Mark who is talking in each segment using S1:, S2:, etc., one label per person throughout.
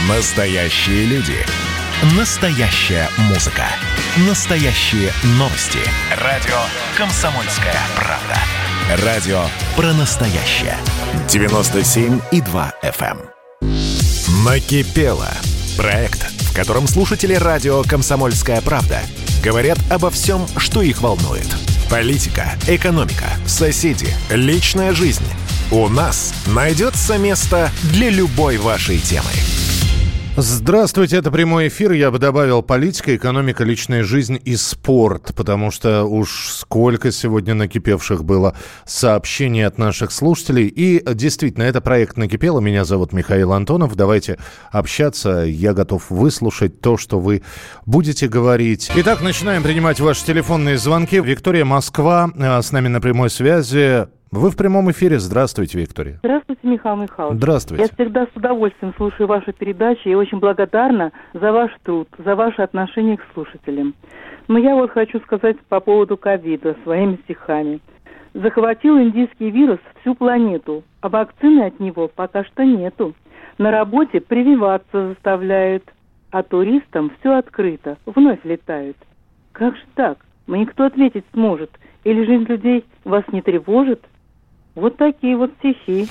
S1: Настоящие люди. Настоящая музыка. Настоящие новости. Радио «Комсомольская правда». Радио про настоящее. 97,2 FM. Накипело. Проект, в котором слушатели радио «Комсомольская правда» говорят обо всем, что их волнует. Политика, экономика, соседи, личная жизнь. У нас найдется место для любой вашей темы.
S2: Здравствуйте, это прямой эфир. Я бы добавил политика, экономика, личная жизнь и спорт, потому что уж сколько сегодня накипевших было сообщений от наших слушателей. И действительно, это проект «Накипело». Меня зовут Михаил Антонов. Давайте общаться. Я готов выслушать то, что вы будете говорить. Итак, начинаем принимать ваши телефонные звонки. Виктория, Москва, с нами на прямой связи. Вы в прямом эфире. Здравствуйте, Виктория.
S3: Здравствуйте, Михаил Михайлович.
S2: Здравствуйте.
S3: Я всегда с удовольствием слушаю ваши передачи и очень благодарна за ваш труд, за ваше отношение к слушателям. Но я вот хочу сказать по поводу ковида своими стихами. Захватил индийский вирус всю планету, а вакцины от него пока что нету. На работе прививаться заставляют, а туристам все открыто, вновь летают. Как же так? Мне никто ответить сможет. Или жизнь людей вас не тревожит? Вот такие вот стихи.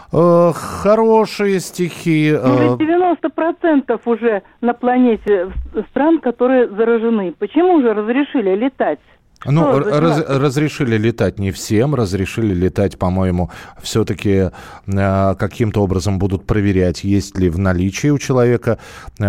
S2: Хорошие стихи.
S3: Ведь 90% уже на планете стран, которые заражены. Почему же разрешили летать?
S2: Ну, разрешили летать не всем, разрешили летать, по-моему, все-таки каким-то образом будут проверять, есть ли в наличии у человека...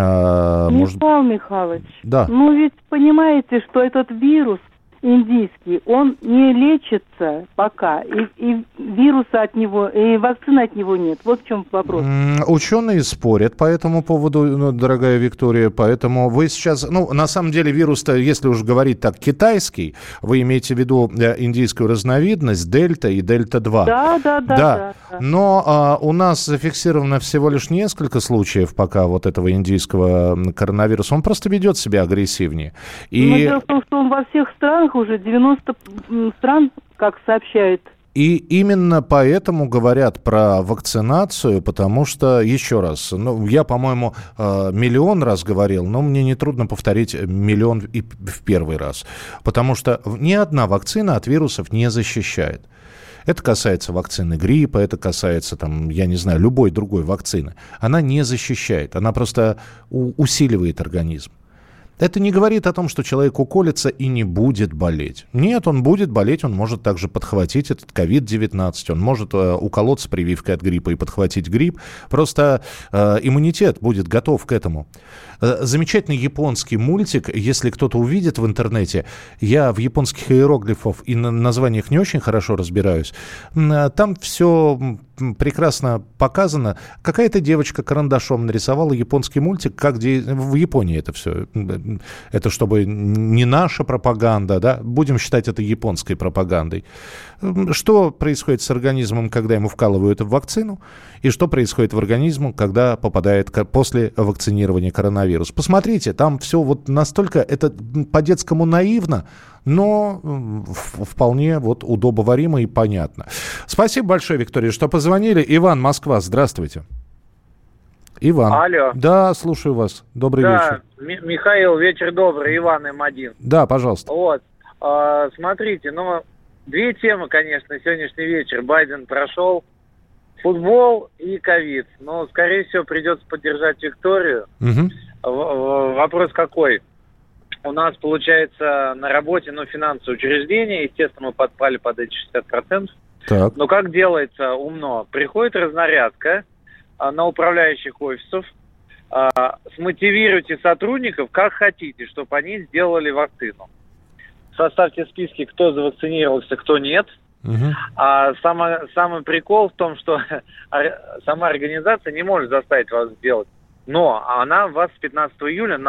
S3: Михаил Михайлович,
S2: да.
S3: Ну ведь понимаете, что этот вирус индийский, он не лечится пока, и вируса от него, и вакцины от него нет. Вот в чем вопрос.
S2: Ученые спорят по этому поводу, дорогая Виктория, поэтому вы сейчас, на самом деле вирус-то, если уж говорить так, китайский, вы имеете в виду индийскую разновидность, дельта и дельта-2. Да. Но у нас зафиксировано всего лишь несколько случаев пока вот этого индийского коронавируса. Он просто ведет себя агрессивнее.
S3: Но дело в том, что он во всех странах уже 90 стран, как сообщают.
S2: И именно поэтому говорят про вакцинацию, потому что, еще раз, я, по-моему, миллион раз говорил, но мне нетрудно повторить миллион и в первый раз. Потому что ни одна вакцина от вирусов не защищает. Это касается вакцины гриппа, это касается, любой другой вакцины. Она не защищает, она просто усиливает организм. Это не говорит о том, что человек уколется и не будет болеть. Нет, он будет болеть, он может также подхватить этот COVID-19, он может уколоться прививкой от гриппа и подхватить грипп. Просто иммунитет будет готов к этому. Замечательный японский мультик, если кто-то увидит в интернете, я в японских иероглифах и на названиях не очень хорошо разбираюсь, там все прекрасно показано. Какая-то девочка карандашом нарисовала японский мультик, как в Японии это все. Это чтобы не наша пропаганда, да? Будем считать это японской пропагандой. Что происходит с организмом, когда ему вкалывают вакцину, и что происходит в организме, когда попадает после вакцинирования коронавирус. Посмотрите, там все вот настолько, это по-детскому наивно, но вполне вот удобоваримо и понятно. Спасибо большое, Виктория, что позвонили. Иван, Москва, здравствуйте. Иван.
S4: Алло.
S2: Да, слушаю вас. Добрый вечер.
S4: Михаил, вечер добрый. Иван, М1.
S2: Да, пожалуйста.
S4: Вот. Смотрите, две темы, конечно, сегодняшний вечер. Байден прошел. Футбол и ковид. Но, скорее всего, придется поддержать Викторию.
S2: Угу.
S4: Вопрос какой? У нас, получается, на работе, финансовые учреждения. Естественно, мы подпали под эти 60%.
S2: Так.
S4: Но как делается умно? Приходит разнарядка на управляющих офисов, смотивируйте сотрудников как хотите, чтобы они сделали вакцину. Составьте списки, кто завакцинировался, кто нет.
S2: Угу.
S4: А самый прикол в том, что сама организация не может заставить вас сделать. Но она вас 15 июля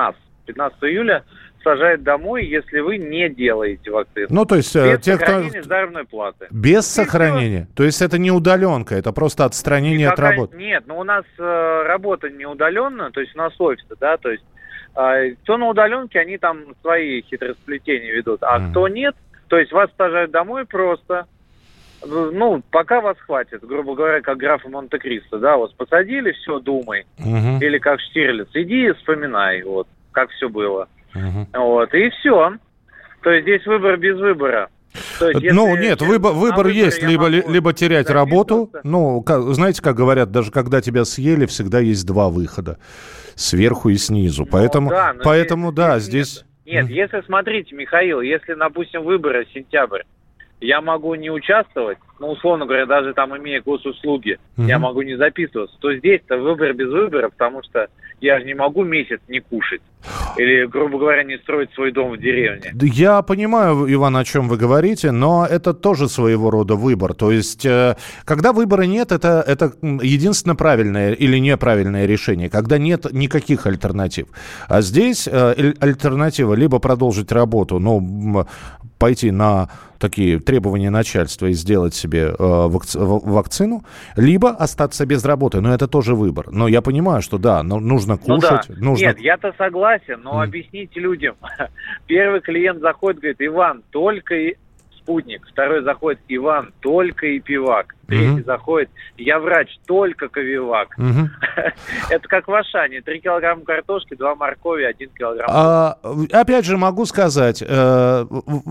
S4: сажает домой, если вы не делаете вакцину.
S2: То есть
S4: без
S2: те,
S4: сохранения
S2: кто...
S4: заработной платы.
S2: Без сохранения? То есть это не удаленка, это просто отстранение от работы?
S4: Нет, у нас работа не удаленная, то есть у нас офисы, да, то есть кто на удаленке, они там свои хитросплетения ведут, а кто нет, то есть вас сажают домой просто, пока вас хватит, грубо говоря, как графа Монте-Кристо, да, вот посадили, все, думай. Или как Штирлиц, иди и вспоминай, вот, как все было. Вот, и все. То есть здесь выбор без выбора. Есть,
S2: нет, выбор есть, либо терять работу. Знаете, как говорят, даже когда тебя съели, всегда есть два выхода. Сверху и снизу. Поэтому здесь...
S4: Нет, если, смотрите, Михаил, если, допустим, выборы сентябрь, я могу не участвовать, условно говоря, даже там имея госуслуги, я могу не записываться, то здесь-то выбор без выбора, потому что я же не могу месяц не кушать. Или, грубо говоря, не строить свой дом в деревне.
S2: Я понимаю, Иван, о чем вы говорите, но это тоже своего рода выбор. То есть, когда выбора нет, это единственно правильное или неправильное решение, когда нет никаких альтернатив. А здесь альтернатива либо продолжить работу, пойти на такие требования начальства и сделать себе вакцину, либо остаться без работы. Но это тоже выбор. Но я понимаю, что да, нужно кушать.
S4: Нет, я-то согласен, но объясните людям. Первый клиент заходит, говорит: Иван, только и спутник. Второй заходит: Иван, только и пивак. Третий заходит: я врач, только ковивак. Это как в Ашане. 3 килограмма картошки, 2 моркови, 1 килограмм.
S2: Опять же, могу сказать, я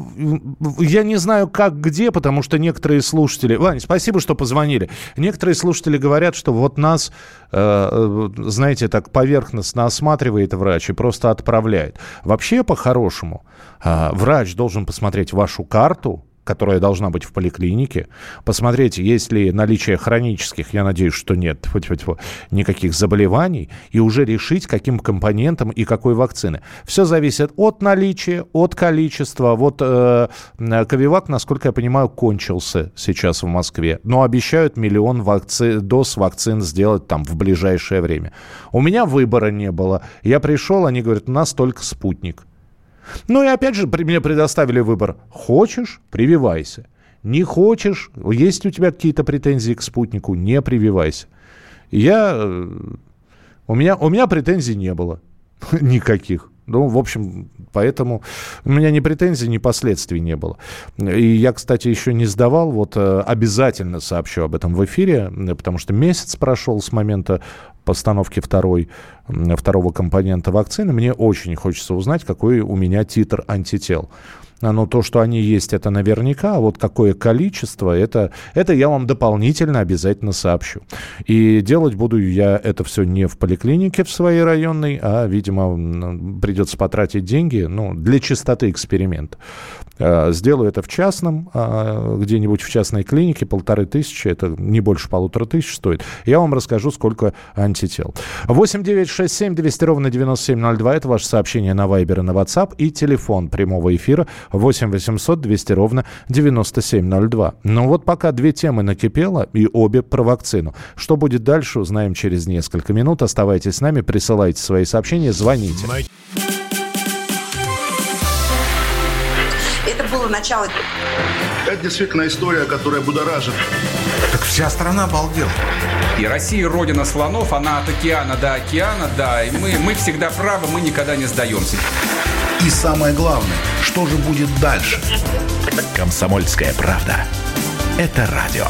S2: не знаю, как где, потому что некоторые слушатели... Ваня, спасибо, что позвонили. Некоторые слушатели говорят, что вот нас, знаете, так поверхностно осматривает врач и просто отправляет. Вообще, по-хорошему, врач должен посмотреть вашу карту, которая должна быть в поликлинике, посмотреть, есть ли наличие хронических, я надеюсь, что нет, никаких заболеваний, и уже решить, каким компонентом и какой вакцины. Все зависит от наличия, от количества. Вот Ковивак, насколько я понимаю, кончился сейчас в Москве, но обещают 1 миллион доз вакцин сделать там в ближайшее время. У меня выбора не было. Я пришел, они говорят: у нас только спутник. И опять же, мне предоставили выбор. Хочешь — прививайся. Не хочешь, есть у тебя какие-то претензии к спутнику — не прививайся. У меня претензий не было. Никаких. В общем, поэтому у меня ни претензий, ни последствий не было. И я, кстати, еще не сдавал. Обязательно сообщу об этом в эфире, потому что месяц прошел с момента постановки второго компонента вакцины. Мне очень хочется узнать, какой у меня титр антител. То, что они есть, это наверняка, а вот какое количество, это я вам дополнительно обязательно сообщу. И делать буду я это все не в поликлинике в своей районной, а, видимо, придется потратить деньги, для чистоты эксперимента. Сделаю это в частном, где-нибудь в частной клинике, 1500, это не больше 1500 стоит. Я вам расскажу, сколько антител. 8-967-200-97-02, это ваше сообщение на Вайбер и на WhatsApp, и телефон прямого эфира 8-800-200-97-02. Пока 2 темы накипело, и обе про вакцину. Что будет дальше, узнаем через несколько минут. Оставайтесь с нами, присылайте свои сообщения, звоните.
S5: Это было начало.
S6: Это действительно история, которая будоражит.
S7: Так вся страна обалдела.
S8: И Россия родина слонов, она от океана до океана, да. И мы всегда правы, мы никогда не сдаемся.
S6: И самое главное, что же будет дальше?
S1: «Комсомольская правда». Это радио.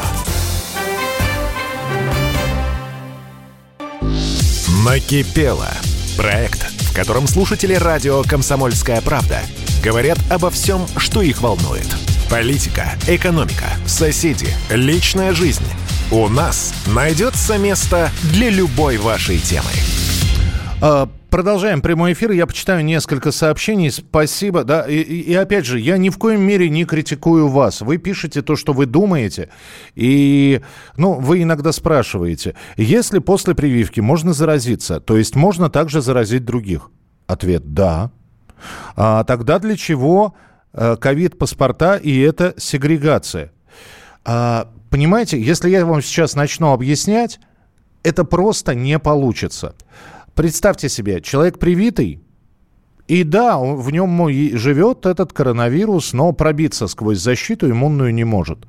S1: Накипело. Проект, в котором слушатели радио «Комсомольская правда» говорят обо всем, что их волнует. Политика, экономика, соседи, личная жизнь. У нас найдется место для любой вашей темы.
S2: Продолжаем прямой эфир. Я почитаю несколько сообщений. Спасибо. Да, и опять же, я ни в коем мере не критикую вас. Вы пишете то, что вы думаете. И, вы иногда спрашиваете, если после прививки можно заразиться, то есть можно также заразить других? Ответ – да. А тогда для чего ковид-паспорта и это сегрегация? Понимаете, если я вам сейчас начну объяснять, это просто не получится. Представьте себе, человек привитый, и да, в нем живет этот коронавирус, но пробиться сквозь защиту иммунную не может.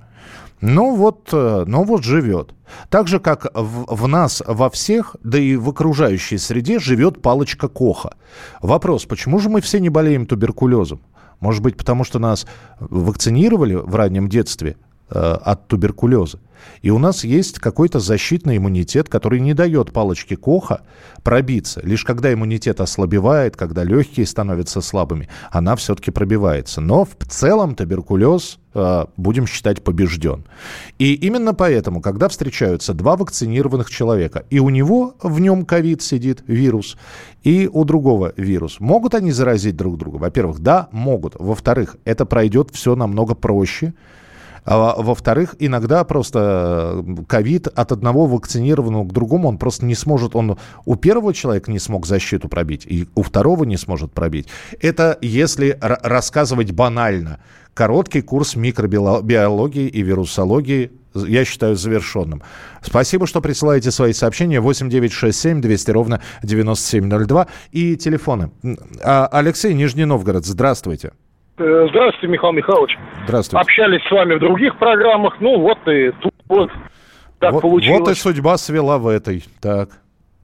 S2: Живет. Так же, как в нас, во всех, да и в окружающей среде живет палочка Коха. Вопрос, почему же мы все не болеем туберкулезом? Может быть, потому что нас вакцинировали в раннем детстве от туберкулеза. И у нас есть какой-то защитный иммунитет, который не дает палочке Коха пробиться. Лишь когда иммунитет ослабевает, когда легкие становятся слабыми, она все-таки пробивается. Но в целом туберкулез, будем считать, побежден. И именно поэтому, когда встречаются два вакцинированных человека, и у него в нем ковид сидит, вирус, и у другого вирус, могут они заразить друг друга? Во-первых, да, могут. Во-вторых, это пройдет все намного проще. А во-вторых, иногда просто ковид от одного вакцинированного к другому, он просто не сможет, он у первого человека не смог защиту пробить, и у второго не сможет пробить. Это если рассказывать банально. Короткий курс микробиологии и вирусологии я считаю завершенным. Спасибо, что присылаете свои сообщения. 8-967-200-97-02 и телефоны. Алексей, Нижний Новгород, здравствуйте.
S5: Здравствуйте, Михаил Михайлович.
S2: Здравствуйте.
S5: Общались с вами в других программах. Ну, вот и тут вот так получилось.
S2: Вот и судьба свела в этой. Так.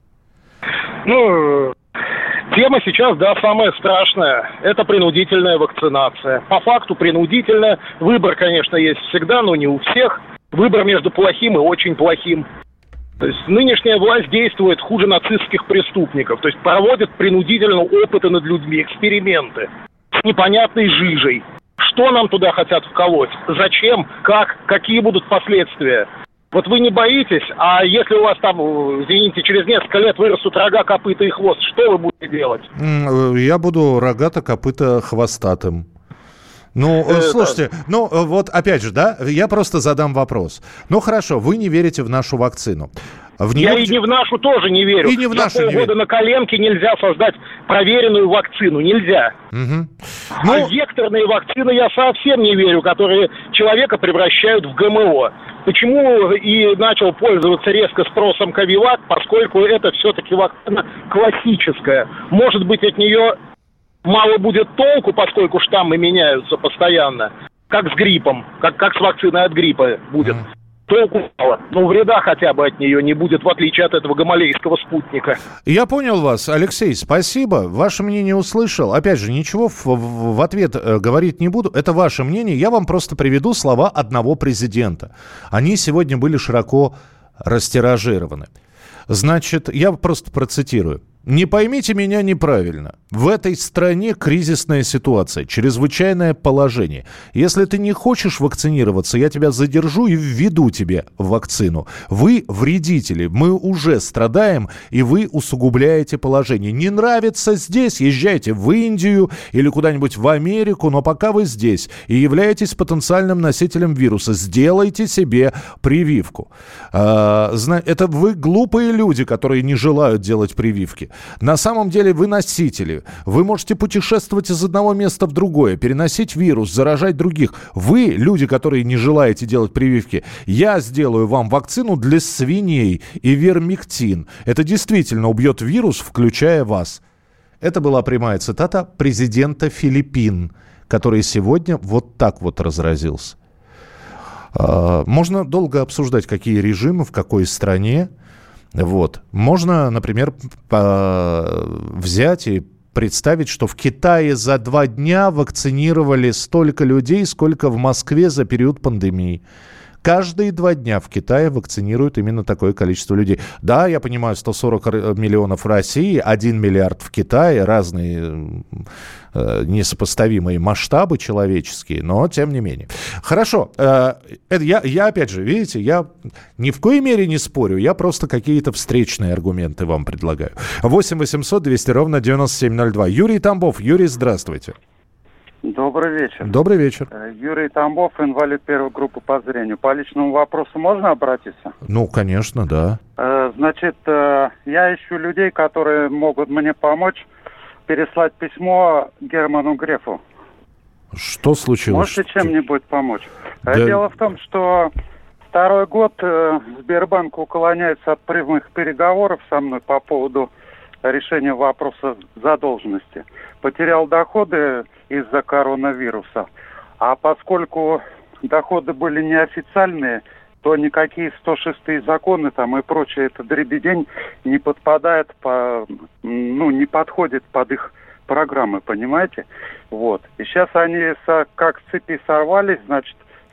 S5: Ну, тема сейчас, да, самая страшная. Это принудительная вакцинация. По факту принудительная. Выбор, конечно, есть всегда, но не у всех. Выбор между плохим и очень плохим. То есть нынешняя власть действует хуже нацистских преступников. То есть проводит принудительно опыты над людьми, эксперименты. С непонятной жижей. Что нам туда хотят вколоть? Зачем? Как? Какие будут последствия? Вот вы не боитесь, а если у вас там, извините, через несколько лет вырастут рога, копыта и хвост, что вы будете делать?
S2: Я буду рогато-копыто-хвостатым. Ну, слушайте, ну вот опять же, да, я просто задам вопрос. Ну хорошо, вы не верите в нашу вакцину.
S5: Я и не в нашу тоже не верю.
S2: И не в нашу
S5: не верю. На коленке нельзя создать проверенную вакцину. Нельзя.
S2: Угу.
S5: А векторные вакцины я совсем не верю, которые человека превращают в ГМО. Почему и начал пользоваться резко спросом Ковивак, поскольку это все-таки вакцина классическая. Может быть, от нее мало будет толку, поскольку штаммы меняются постоянно. Как с гриппом, как с вакциной от гриппа будет. Толку мало. Но вреда хотя бы от нее не будет, в отличие от этого гамалейского спутника.
S2: Я понял вас, Алексей, спасибо. Ваше мнение услышал. Опять же, ничего в ответ говорить не буду. Это ваше мнение. Я вам просто приведу слова одного президента. Они сегодня были широко растиражированы. Значит, я просто процитирую. Не поймите меня неправильно. В этой стране кризисная ситуация, чрезвычайное положение. Если ты не хочешь вакцинироваться, я тебя задержу и введу тебе вакцину. Вы вредители, мы уже страдаем, и вы усугубляете положение. Не нравится здесь, езжайте в Индию или куда-нибудь в Америку, но пока вы здесь и являетесь потенциальным носителем вируса, сделайте себе прививку. Это вы глупые люди, которые не желают делать прививки. На самом деле вы носители. Вы можете путешествовать из одного места в другое, переносить вирус, заражать других. Вы, люди, которые не желаете делать прививки, я сделаю вам вакцину для свиней и вермектин. Это действительно убьет вирус, включая вас. Это была прямая цитата президента Филиппин, который сегодня вот так вот разразился. Можно долго обсуждать, какие режимы, в какой стране. Вот. Можно, например, взять и представить, что в Китае за 2 дня вакцинировали столько людей, сколько в Москве за период пандемии. Каждые 2 дня в Китае вакцинируют именно такое количество людей. Да, я понимаю, 140 миллионов в России, 1 миллиард в Китае, разные несопоставимые масштабы человеческие, но тем не менее. Хорошо, я опять же, видите, я ни в коей мере не спорю, я просто какие-то встречные аргументы вам предлагаю. 8 800 200 ровно 9702. Юрий Тамбов. Юрий, здравствуйте.
S9: Добрый вечер.
S2: Добрый вечер.
S9: Юрий Тамбов, инвалид первой группы по зрению. По личному вопросу можно обратиться?
S2: Ну, конечно, да.
S9: Значит, я ищу людей, которые могут мне помочь переслать письмо Герману Грефу.
S2: Что случилось?
S9: Можете чем-нибудь помочь? Да. Дело в том, что 2-й год Сбербанк уклоняется от прямых переговоров со мной по поводу решения вопроса задолженности. Потерял доходы из-за коронавируса. А поскольку доходы были неофициальные, то никакие 106-е законы там и прочее, это дребедень, не подпадает не подходит под их программы, понимаете? Вот. И сейчас они как с цепи сорвались, значит,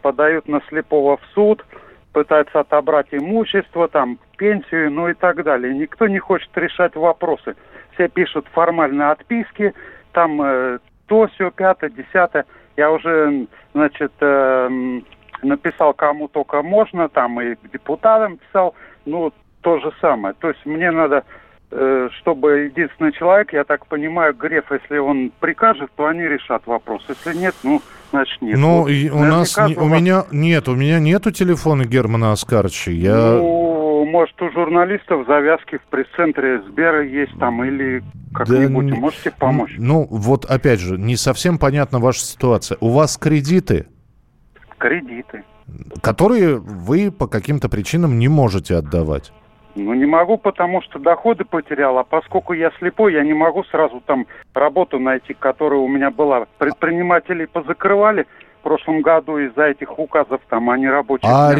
S9: подают на слепого в суд, пытаются отобрать имущество, там, пенсию, ну и так далее. Никто не хочет решать вопросы. Все пишут формальные отписки, там то, сё, 5-е, 10-е. Я уже, значит, написал кому только можно, там и депутатам писал, ну, то же самое. То есть мне надо, чтобы единственный человек, я так понимаю, Греф, если он прикажет, то они решат вопрос. Если нет, ну, значит нет.
S2: Ну,
S9: вот,
S2: у меня нету телефона Германа Оскаровича.
S9: Ну, может, у журналистов завязки в пресс-центре Сбера есть там, или как-нибудь, можете помочь?
S2: Ну, вот опять же, не совсем понятна ваша ситуация. У вас кредиты?
S9: Кредиты.
S2: Которые вы по каким-то причинам не можете отдавать?
S9: Ну, не могу, потому что доходы потерял, а поскольку я слепой, я не могу сразу там работу найти, которая у меня была. Предпринимателей позакрывали в прошлом году из-за этих указов, там, они рабочие.
S2: А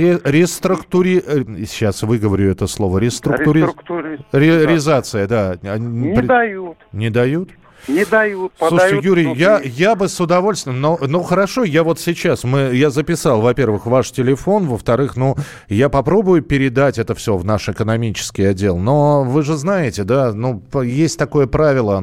S2: сейчас выговорю это слово, реструктуризация, да.
S9: Не дают.
S2: Не дают?
S9: Не дают, подают.
S2: Слушайте, Юрий, я бы с удовольствием, но хорошо, я вот сейчас, я записал, во-первых, ваш телефон, во-вторых, я попробую передать это все в наш экономический отдел, но вы же знаете, да, есть такое правило,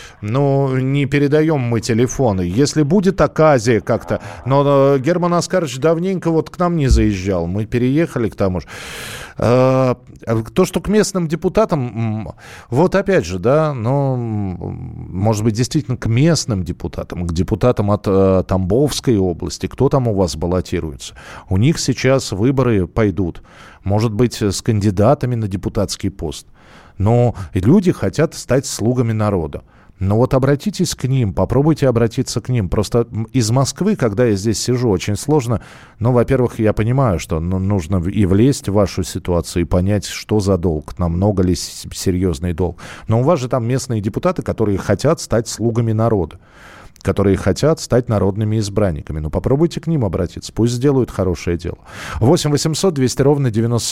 S2: не передаем мы телефоны. Если будет оказия как-то, но Герман Оскарович давненько вот к нам не заезжал, мы переехали к тому же. То, что к местным депутатам, вот опять же, да, может быть, действительно к местным депутатам, к депутатам от Тамбовской области, кто там у вас баллотируется, у них сейчас выборы пойдут, может быть, с кандидатами на депутатский пост, но люди хотят стать слугами народа. Но вот обратитесь к ним, попробуйте обратиться к ним. Просто из Москвы, когда я здесь сижу, очень сложно. Во-первых, я понимаю, что нужно и влезть в вашу ситуацию, и понять, что за долг, намного ли серьезный долг. Но у вас же там местные депутаты, которые хотят стать слугами народа, которые хотят стать народными избранниками. Попробуйте к ним обратиться, пусть сделают хорошее дело. 8 800 200 ровно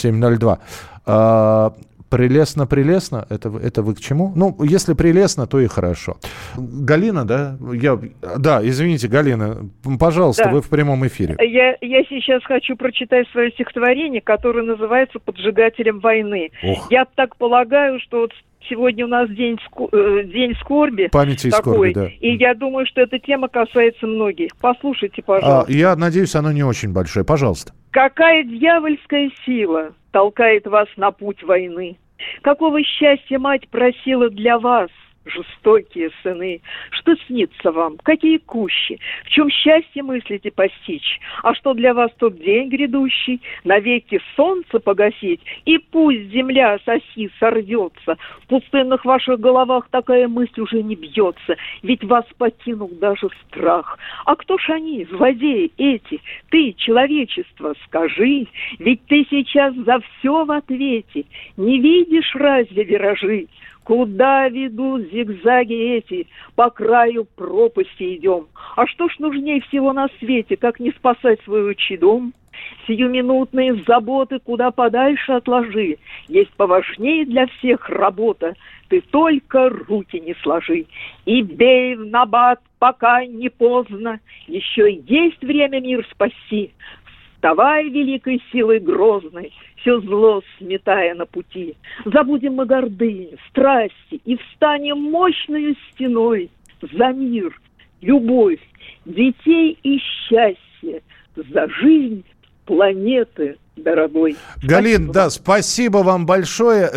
S2: 9702. Прелестно. Это вы к чему? Если прелестно, то и хорошо. Галина, да? Извините, Галина, пожалуйста, да. Вы в прямом эфире.
S10: Я сейчас хочу прочитать свое стихотворение, которое называется «Поджигателем войны». Ох. Я так полагаю, что вот сегодня у нас день скорби.
S2: Памяти и скорби, да.
S10: И я думаю, что эта тема касается многих. Послушайте, пожалуйста.
S2: Я надеюсь, оно не очень большое. Пожалуйста.
S10: Какая дьявольская сила толкает вас на путь войны? Какого счастья мать просила для вас, жестокие сыны? Что снится вам? Какие кущи? В чем счастье мыслите постичь? А что для вас тот день грядущий? Навеки солнце погасить, и пусть земля с оси сорвется. В пустынных ваших головах такая мысль уже не бьется, ведь вас покинул даже страх. А кто ж они, злодеи эти? Ты, человечество, скажи, ведь ты сейчас за все в ответе. Не видишь разве виражи? Куда ведут зигзаги эти? По краю пропасти идем. А что ж нужнее всего на свете, как не спасать свой отчий дом? Сиюминутные заботы куда подальше отложи. Есть поважнее для всех работа. Ты только руки не сложи. И бей в набат, пока не поздно. Еще есть время мир спасти. Вставай великой силой грозной, все зло сметая на пути. Забудем мы гордыню, страсти и встанем мощною стеной за мир, любовь, детей и счастье, за жизнь планеты дорогой.
S2: Галин, да, спасибо вам большое.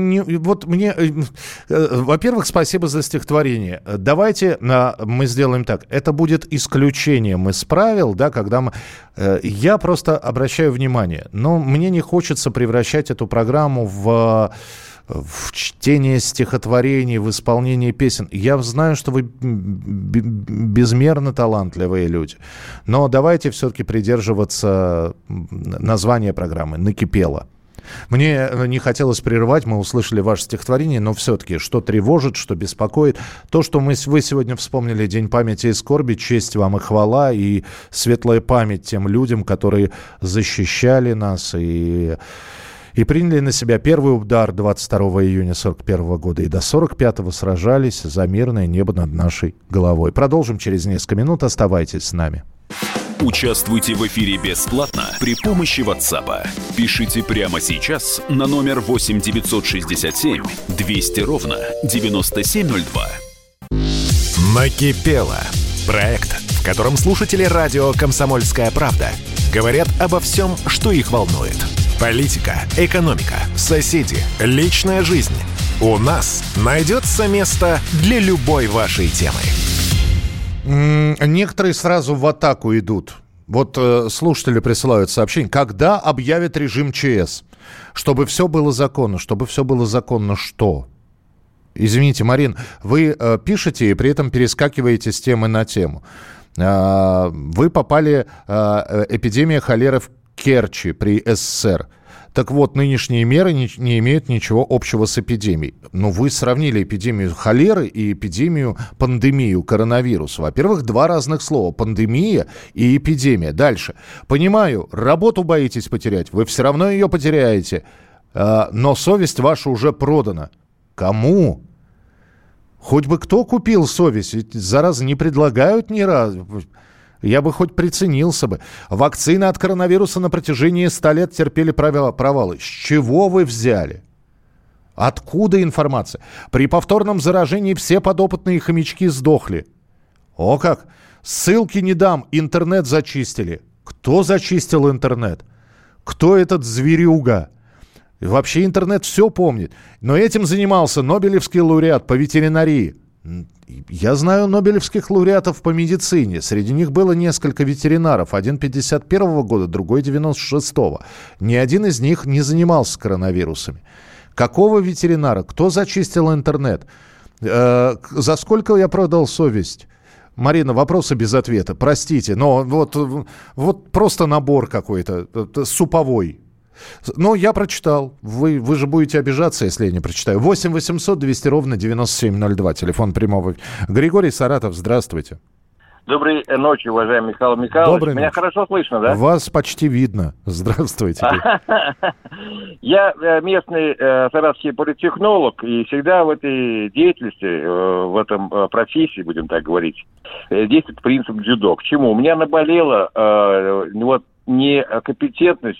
S2: Во-первых, спасибо за стихотворение. Давайте мы сделаем так. Это будет исключением из правил, да, когда я просто обращаю внимание. Но мне не хочется превращать эту программу в чтение стихотворений, в исполнение песен. Я знаю, что вы безмерно талантливые люди. Но давайте все-таки придерживаться названия программы «Накипело». Мне не хотелось прерывать, мы услышали ваше стихотворение, но все-таки, что тревожит, что беспокоит. То, что вы сегодня вспомнили День памяти и скорби, честь вам и хвала, и светлая память тем людям, которые защищали нас и приняли на себя первый удар 22 июня 1941 года и до 1945 сражались за мирное небо над нашей головой. Продолжим через несколько минут. Оставайтесь с нами.
S11: Участвуйте в эфире бесплатно при помощи WhatsApp. Пишите прямо сейчас на номер 8 967 200 ровно 9702.
S1: Накипело. Проект, в котором слушатели радио «Комсомольская правда» говорят обо всем, что их волнует. Политика, экономика, соседи, личная жизнь. У нас найдется место для любой вашей темы.
S2: Некоторые сразу в атаку идут. Вот слушатели присылают сообщение. Когда объявят режим ЧС? Чтобы все было законно. Чтобы все было законно что? Извините, Марин, вы пишете и при этом перескакиваете с темы на тему. Вы попали... эпидемия холеры в Керчи при СССР. Так вот, нынешние меры не имеют ничего общего с эпидемией. Ну, вы сравнили эпидемию холеры и пандемию коронавируса. Во-первых, два разных слова. Пандемия и эпидемия. Дальше. Понимаю, работу боитесь потерять. Вы все равно ее потеряете. Но совесть ваша уже продана. Кому? Хоть бы кто купил совесть? Ведь, зараза, не предлагают ни разу. Я бы хоть приценился бы. Вакцины от коронавируса на протяжении 100 лет терпели провалы. С чего вы взяли? Откуда информация? При повторном заражении все подопытные хомячки сдохли. О как! Ссылки не дам, интернет зачистили. Кто зачистил интернет? Кто этот зверюга? Вообще интернет все помнит. Но этим занимался Нобелевский лауреат по ветеринарии. Я знаю нобелевских лауреатов по медицине. Среди них было несколько ветеринаров. Один 51-го года, другой 96-го. Ни один из них не занимался коронавирусами. Какого ветеринара? Кто зачистил интернет? За сколько я продал совесть? Марина, вопросы без ответа. Простите, но вот просто набор какой-то, суповой. Но я прочитал. Вы же будете обижаться, если я не прочитаю. 8 800 200 ровно 9702. Телефон прямого. Григорий, Саратов, здравствуйте.
S12: Доброй ночи, уважаемый Михаил Михайлович.
S2: Доброй
S12: Меня
S2: ночи.
S12: Хорошо слышно, да?
S2: Вас почти видно. Здравствуйте.
S12: Я местный саратовский политтехнолог, и всегда в этой деятельности, в этом профессии, будем так говорить, действует принцип дзюдо. К чему? У меня наболело некомпетентность,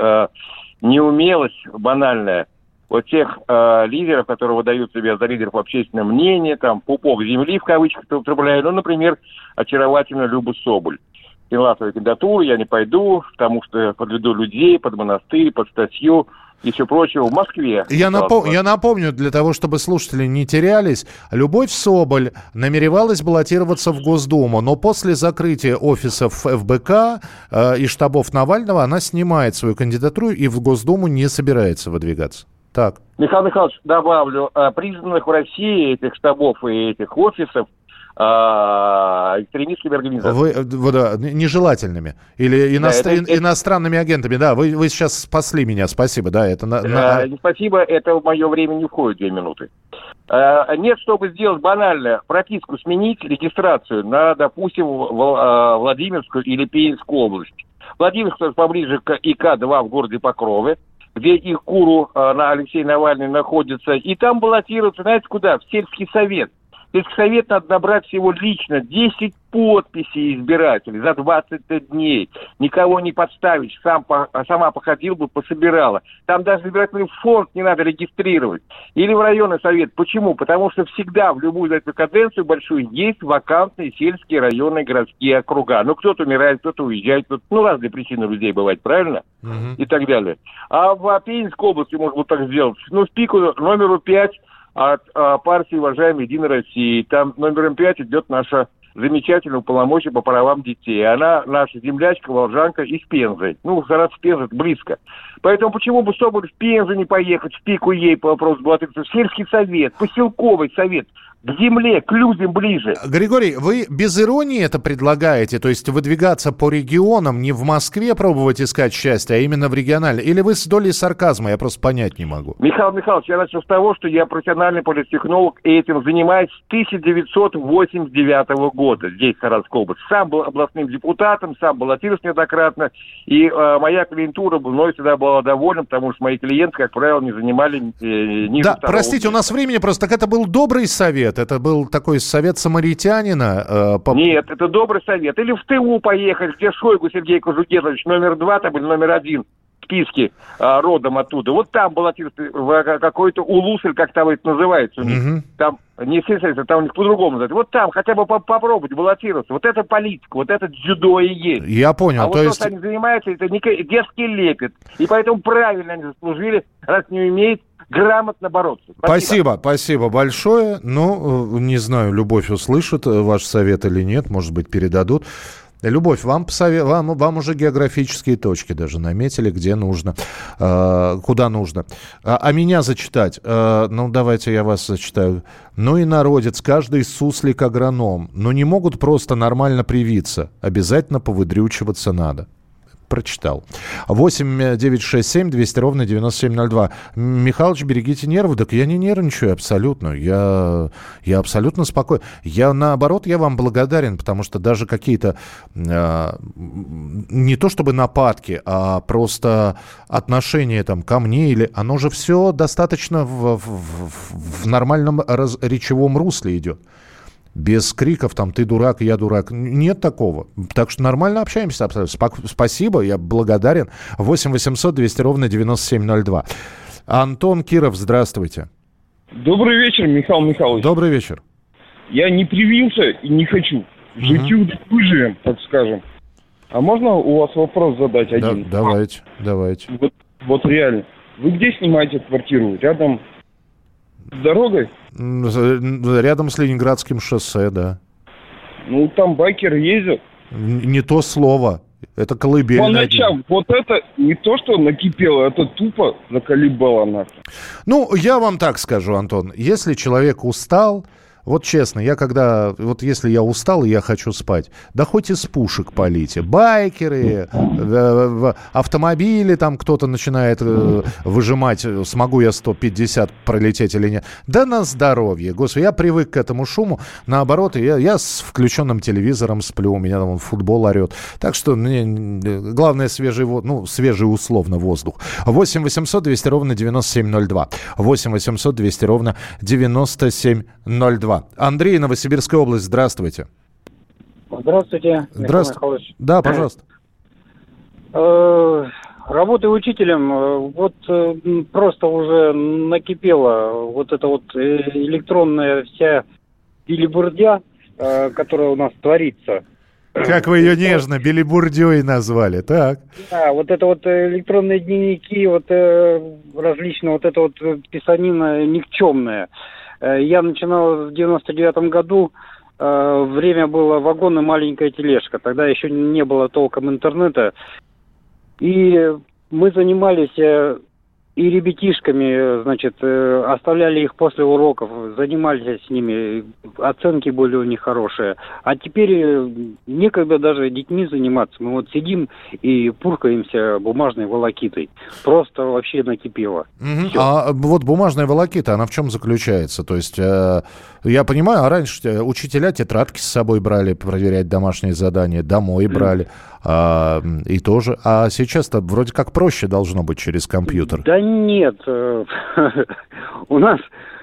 S12: неумелость банальная вот тех лидеров, которые выдают себя за лидеров общественного мнения, там, пупок земли, в кавычках, употребляю, например, очаровательную Любу Соболь. Сняла свою кандидатуру, я не пойду, потому что подведу людей под монастырь, под статью и все прочее в Москве.
S2: Я напомню, для того, чтобы слушатели не терялись, Любовь Соболь намеревалась баллотироваться в Госдуму, но после закрытия офисов ФБК и штабов Навального она снимает свою кандидатуру и в Госдуму не собирается выдвигаться. Так.
S12: Михаил Михайлович, добавлю, признанных в России этих штабов и этих офисов экстремистскими организациями.
S2: Нежелательными. Или иностранными агентами. Да, вы сейчас спасли меня, спасибо. Да,
S12: спасибо, это в мое время не входит 2 минуты. Нет, чтобы сделать банально, прописку сменить, регистрацию на, допустим, Владимирскую или Пензенскую область. Владимирская поближе к ИК-2 в городе Покрове, где их гуру на Алексей Навальный находится. И там баллотируются, знаете, куда? В сельский совет. Сельский совет надо набрать всего лично 10 подписей избирателей за 20 дней. Никого не подставить. Сама походила бы, пособирала. Там даже избирательный фонд не надо регистрировать. Или в районный совет. Почему? Потому что всегда в любую эту каденцию большую есть вакантные сельские, районные, городские округа. Кто-то умирает, кто-то уезжает. Разные причины у людей бывают, правильно? И так далее. А в Пензенской области можно вот так сделать. В пику номеру 5 от партии уважаемой «Единой России». Там номером 5 идет наша замечательная уполномоченная по правам детей. Она наша землячка, волжанка из Пензы. Саратов, Пенза, это близко. Поэтому почему бы Соболь в Пензу не поехать, в пику ей по вопросу баллотироваться? В сельский совет, поселковый совет. К земле, к людям ближе.
S2: Григорий, вы без иронии это предлагаете? То есть выдвигаться по регионам, не в Москве пробовать искать счастье, а именно в региональном? Или вы с долей сарказма? Я просто понять не могу.
S12: Михаил Михайлович, я начал с того, что я профессиональный политтехнолог и этим занимаюсь с 1989 года здесь, в Саратовской области. Сам был областным депутатом, сам баллотировался неоднократно, и моя клиентура мной всегда была довольна, потому что мои клиенты, как правило, не занимали ниже
S2: Да,
S12: второго
S2: простите, у нас времени просто. Так это был добрый совет? Это был такой совет самаритянина?
S12: Нет, это добрый совет. Или в ТУ поехать, где Шойгу Сергей Кожугетович номер 2, там, или номер 1 в списке родом оттуда. Вот там баллотировался в какой-то Улус, или как там это называется у них. Там не сельсовет, там у них по-другому называют. Вот там хотя бы попробовать баллотироваться. Вот это политика, вот это дзюдо и есть.
S2: Я понял.
S12: А вот то, что они занимаются, это детский лепет. И поэтому правильно они заслужили, раз не умеют грамотно бороться.
S2: Спасибо большое. Ну, не знаю, Любовь услышит ваш совет или нет, может быть, передадут. Любовь, вам уже географические точки даже наметили, где нужно, куда нужно. А меня зачитать? Ну, давайте я вас зачитаю. Ну и народец, каждый суслик агроном. Но не могут просто нормально привиться. Обязательно повыдрючиваться надо. Прочитал. 8-967-200-97-02. Михалыч, берегите нервы. Так я не нервничаю абсолютно. Я абсолютно спокоен. Наоборот, я вам благодарен, потому что даже какие-то не то чтобы нападки, а просто отношение там ко мне, или оно же все достаточно в нормальном речевом русле идет. Без криков, там, ты дурак, я дурак. Нет такого. Так что нормально общаемся. Спасибо, я благодарен. 8 800 200 ровно 9702. Антон Киров, здравствуйте.
S13: Добрый вечер, Михаил Михайлович.
S2: Добрый вечер.
S13: Я не привился и не хочу. Житью выживем, так скажем. А можно у вас вопрос задать один?
S2: Давайте.
S13: Вот реально. Вы где снимаете квартиру? Рядом с дорогой?
S2: Рядом с Ленинградским шоссе, да.
S13: Ну, там байкеры ездят.
S2: Не то слово. Это колыбельная.
S13: По ночам. Вот это не то, что накипело, это тупо заколебало нас.
S2: Ну, я вам так скажу, Антон. Если человек устал... Вот честно, если я устал и я хочу спать, да хоть из пушек полите. Байкеры, автомобили, там кто-то начинает выжимать, смогу я 150 пролететь или нет. Да на здоровье. Господи, я привык к этому шуму. Наоборот, я с включенным телевизором сплю, у меня там футбол орет. Так что мне главное свежий условно воздух. 8 800 200 ровно 9702. 8 800 200 ровно 9702. Андрей, Новосибирская область, здравствуйте.
S14: Здравствуйте, Михаил Михайлович.
S2: Да, пожалуйста.
S14: Работаю учителем, вот просто уже накипела вот эта вот электронная вся билибурдя, которая у нас творится.
S2: Как вы ее нежно билибурдей назвали, так?
S14: Да, вот это вот электронные дневники, вот различные, вот это вот писанина никчемная. Я начинал в 99-м году, время было вагон и маленькая тележка, тогда еще не было толком интернета. И мы занимались и ребятишками, значит, оставляли их после уроков, занимались с ними, оценки были у них хорошие. А теперь некогда даже детьми заниматься. Мы вот сидим и пуркаемся бумажной волокитой. Просто вообще накипело.
S2: А вот бумажная волокита, она в чем заключается? То есть, я понимаю, раньше учителя тетрадки с собой брали проверять домашние задания, домой брали. И тоже. А сейчас-то вроде как проще должно быть через компьютер.
S14: Да нет. У нас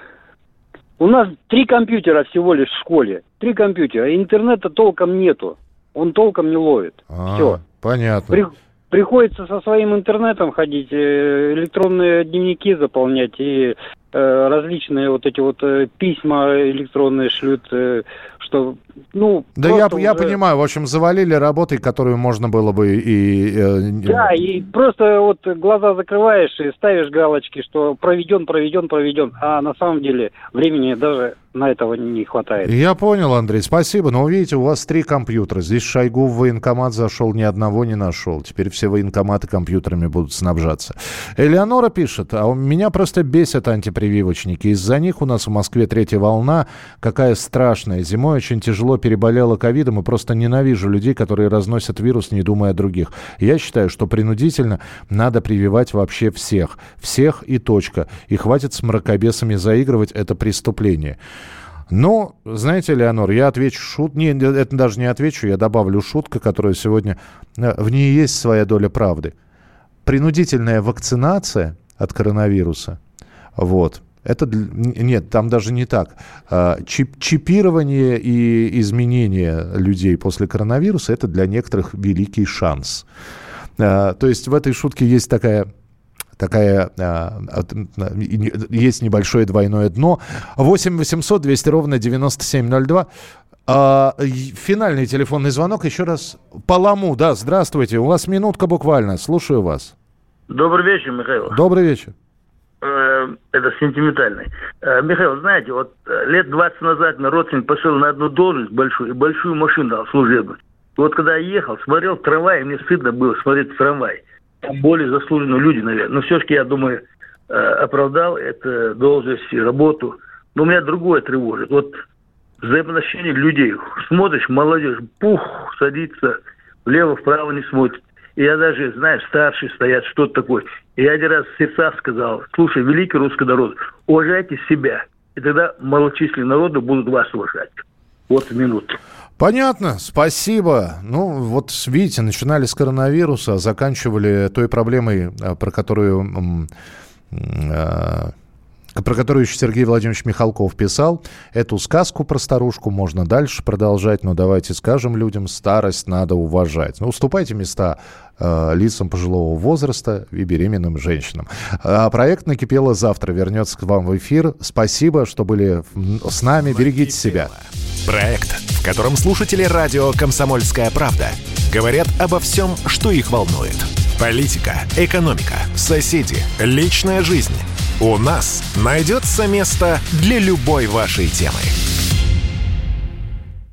S14: 3 компьютера всего лишь в школе. 3 компьютера. Интернета толком нету. Он толком не ловит. Все.
S2: Понятно.
S14: Приходится со своим интернетом ходить, электронные дневники заполнять и различные вот эти вот письма электронные шлют, что,
S2: Да я понимаю, в общем, завалили работой, которую можно было бы и...
S14: Да, и просто вот глаза закрываешь и ставишь галочки, что проведен, а на самом деле времени даже на этого не хватает.
S2: Я понял, Андрей, спасибо. Но видите, у вас 3 компьютера. Здесь Шойгу в военкомат зашел, ни одного не нашел. Теперь все военкоматы компьютерами будут снабжаться. Элеонора пишет, а меня просто бесят антипрививочники. Из-за них у нас в Москве 3-я волна. Какая страшная. Зимой очень тяжело переболела ковидом и просто ненавижу людей, которые разносят вирус, не думая о других. Я считаю, что принудительно надо прививать вообще всех. Всех и точка. И хватит с мракобесами заигрывать, это преступление. Ну, знаете, Леонор, я отвечу шутку. Нет, это даже не отвечу, я добавлю шутку, которая сегодня... В ней есть своя доля правды. Принудительная вакцинация от коронавируса, вот, это... Нет, там даже не так. Чипирование и изменение людей после коронавируса – это для некоторых великий шанс. То есть в этой шутке есть такая есть небольшое двойное дно. 8 800 200 ровно 9702. Финальный телефонный звонок. Еще раз. Паламу, да, здравствуйте. У вас минутка буквально. Слушаю вас.
S15: Добрый вечер, Михаил.
S2: Добрый вечер.
S15: Это сентиментальный. Михаил, знаете, вот лет 20 назад на родственник пошел на одну должность большую машину дал служебную. Вот когда я ехал, смотрел в трамвай, мне стыдно было смотреть в трамвай. Там более заслуженные люди, наверное. Но все-таки, я думаю, оправдал это должность и работу. Но меня другое тревожит. Вот взаимоотношения людей. Смотришь, молодежь, садится, влево-вправо не смотрит. И я даже, знаешь, старшие стоят, что-то такое. И я один раз в сердцах сказал: слушай, великий русский народ, уважайте себя. И тогда малочисленные народы будут вас уважать. Вот минуту.
S2: Понятно, спасибо. Ну, вот видите, начинали с коронавируса, заканчивали той проблемой, про которую еще Сергей Владимирович Михалков писал. Эту сказку про старушку можно дальше продолжать, но давайте скажем людям: старость надо уважать. Ну, уступайте места лицам пожилого возраста и беременным женщинам. Проект «Накипело» завтра вернется к вам в эфир. Спасибо, что были с нами. Берегите себя.
S1: Проект, в котором слушатели радио «Комсомольская правда» говорят обо всем, что их волнует. Политика, экономика, соседи, личная жизнь. У нас найдется место для любой вашей темы.